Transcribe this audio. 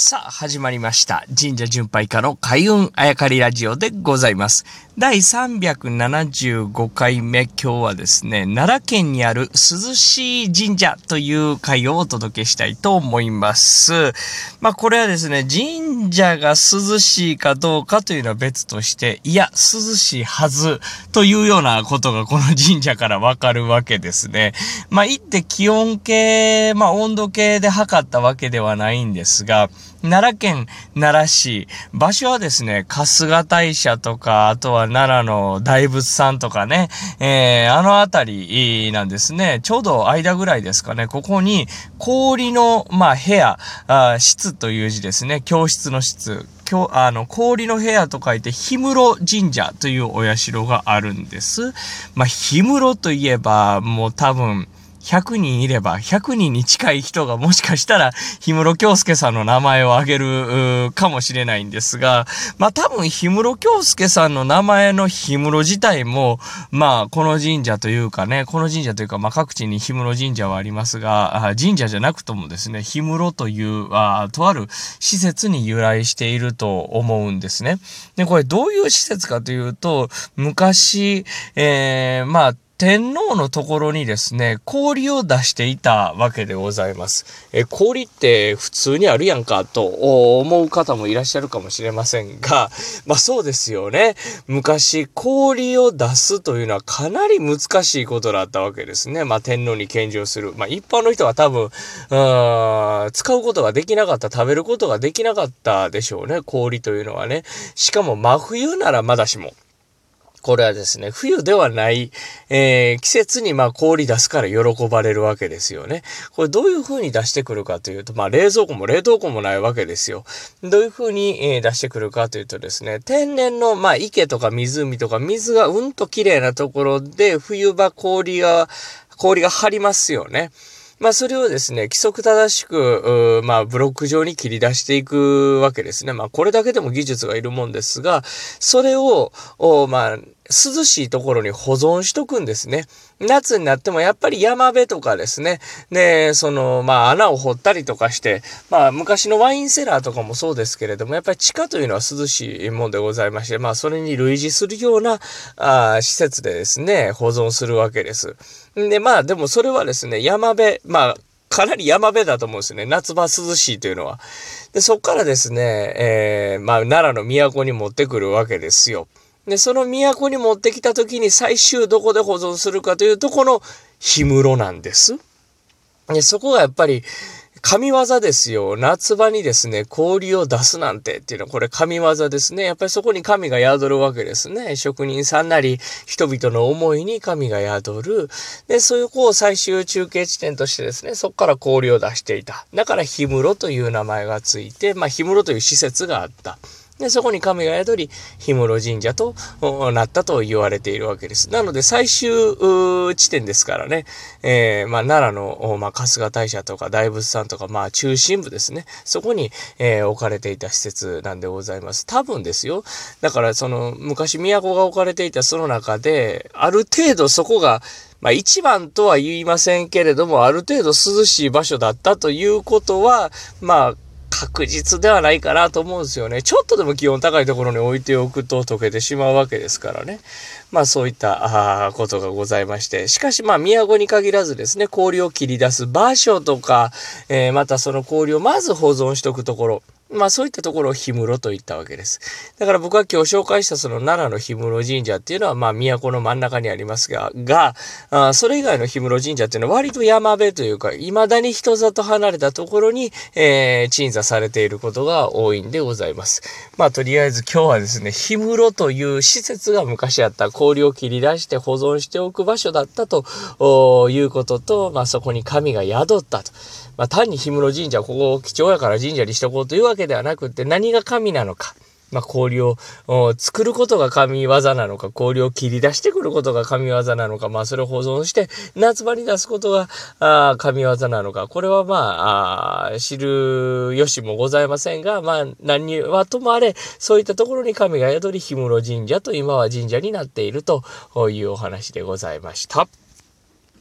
さあ始まりました神社巡拝家の開運あやかりラジオでございます。第375回目、今日はですね、奈良県にある涼しい神社という回をお届けしたいと思います。これはですね、神社が涼しいかどうかというのは別として、いや涼しいはずというようなことがこの神社からわかるわけですね。行って気温計、温度計で測ったわけではないんですが、奈良県奈良市、場所はですね、春日大社とか、あとは奈良の大仏さんとかね、あのあたりなんですね。ちょうど間ぐらいですかね。ここに氷の、部屋、室という字ですね。教室の室。氷の部屋と書いて、氷室神社というお社があるんです。氷室といえば、もう多分、100人いれば、100人に近い人がもしかしたら、氷室京介さんの名前を挙げるかもしれないんですが、多分、氷室京介さんの名前の氷室自体も、この神社というか、各地に氷室神社はありますが、神社じゃなくともですね、氷室という、とある施設に由来していると思うんですね。で、これどういう施設かというと、昔、天皇のところにですね、氷を出していたわけでございます。氷って普通にあるやんかと思う方もいらっしゃるかもしれませんが、そうですよね。昔氷を出すというのはかなり難しいことだったわけですね。天皇に献上する。一般の人は多分、使うことができなかった、食べることができなかったでしょうね。氷というのはね。しかも真冬ならまだしも。これはですね、冬ではない、季節に氷出すから喜ばれるわけですよね。これどういう風に出してくるかというと、冷蔵庫も冷凍庫もないわけですよ。どういう風に、出してくるかというとですね、天然の池とか湖とか水がうんと綺麗なところで冬場氷が張りますよね。それをですね、規則正しく、ブロック状に切り出していくわけですね。これだけでも技術がいるもんですが、それを、涼しいところに保存しとくんですね。夏になってもやっぱり山辺とかですね。で、穴を掘ったりとかして、昔のワインセラーとかもそうですけれども、やっぱり地下というのは涼しいもんでございまして、それに類似するような、施設でですね、保存するわけです。で、でもそれはですね、山辺、かなり山辺だと思うんですよね。夏場涼しいというのは。で、そっからですね、奈良の都に持ってくるわけですよ。で、その都に持ってきた時に最終どこで保存するかというと、この氷室なんです。で、そこがやっぱり神業ですよ。夏場にですね、氷を出すなんてっていうのはこれ神業ですね。やっぱりそこに神が宿るわけですね。職人さんなり人々の思いに神が宿る。で、そういう最終中継地点としてですね、そこから氷を出していた。だから氷室という名前がついて、氷室という施設があった。で、そこに神が宿り、氷室神社となったと言われているわけです。なので、最終地点ですからね、奈良の、春日大社とか大仏さんとか、中心部ですね。そこに、置かれていた施設なんでございます。多分ですよ。だから、昔都が置かれていたその中で、ある程度そこが、一番とは言いませんけれども、ある程度涼しい場所だったということは、確実ではないかなと思うんですよね。ちょっとでも気温高いところに置いておくと溶けてしまうわけですからね。そういったことがございまして。しかし都に限らずですね、氷を切り出す場所とか、またその氷をまず保存しておくところ。そういったところを氷室と言ったわけです。だから僕は今日紹介したその奈良の氷室神社っていうのは都の真ん中にありますが、それ以外の氷室神社っていうのは割と山辺というか、未だに人里離れたところに、鎮座されていることが多いんでございます。とりあえず今日はですね、氷室という施設が昔あった氷を切り出して保存しておく場所だったということと、そこに神が宿ったと。単に氷室神社、ここを貴重やから神社にしとこうというわけではなくって、何が神なのか。氷を作ることが神業なのか、氷を切り出してくることが神業なのか、それを保存して夏場に出すことが神業なのか、これは知る由もございませんが、何はともあれ、そういったところに神が宿り氷室神社と今は神社になっているというお話でございました。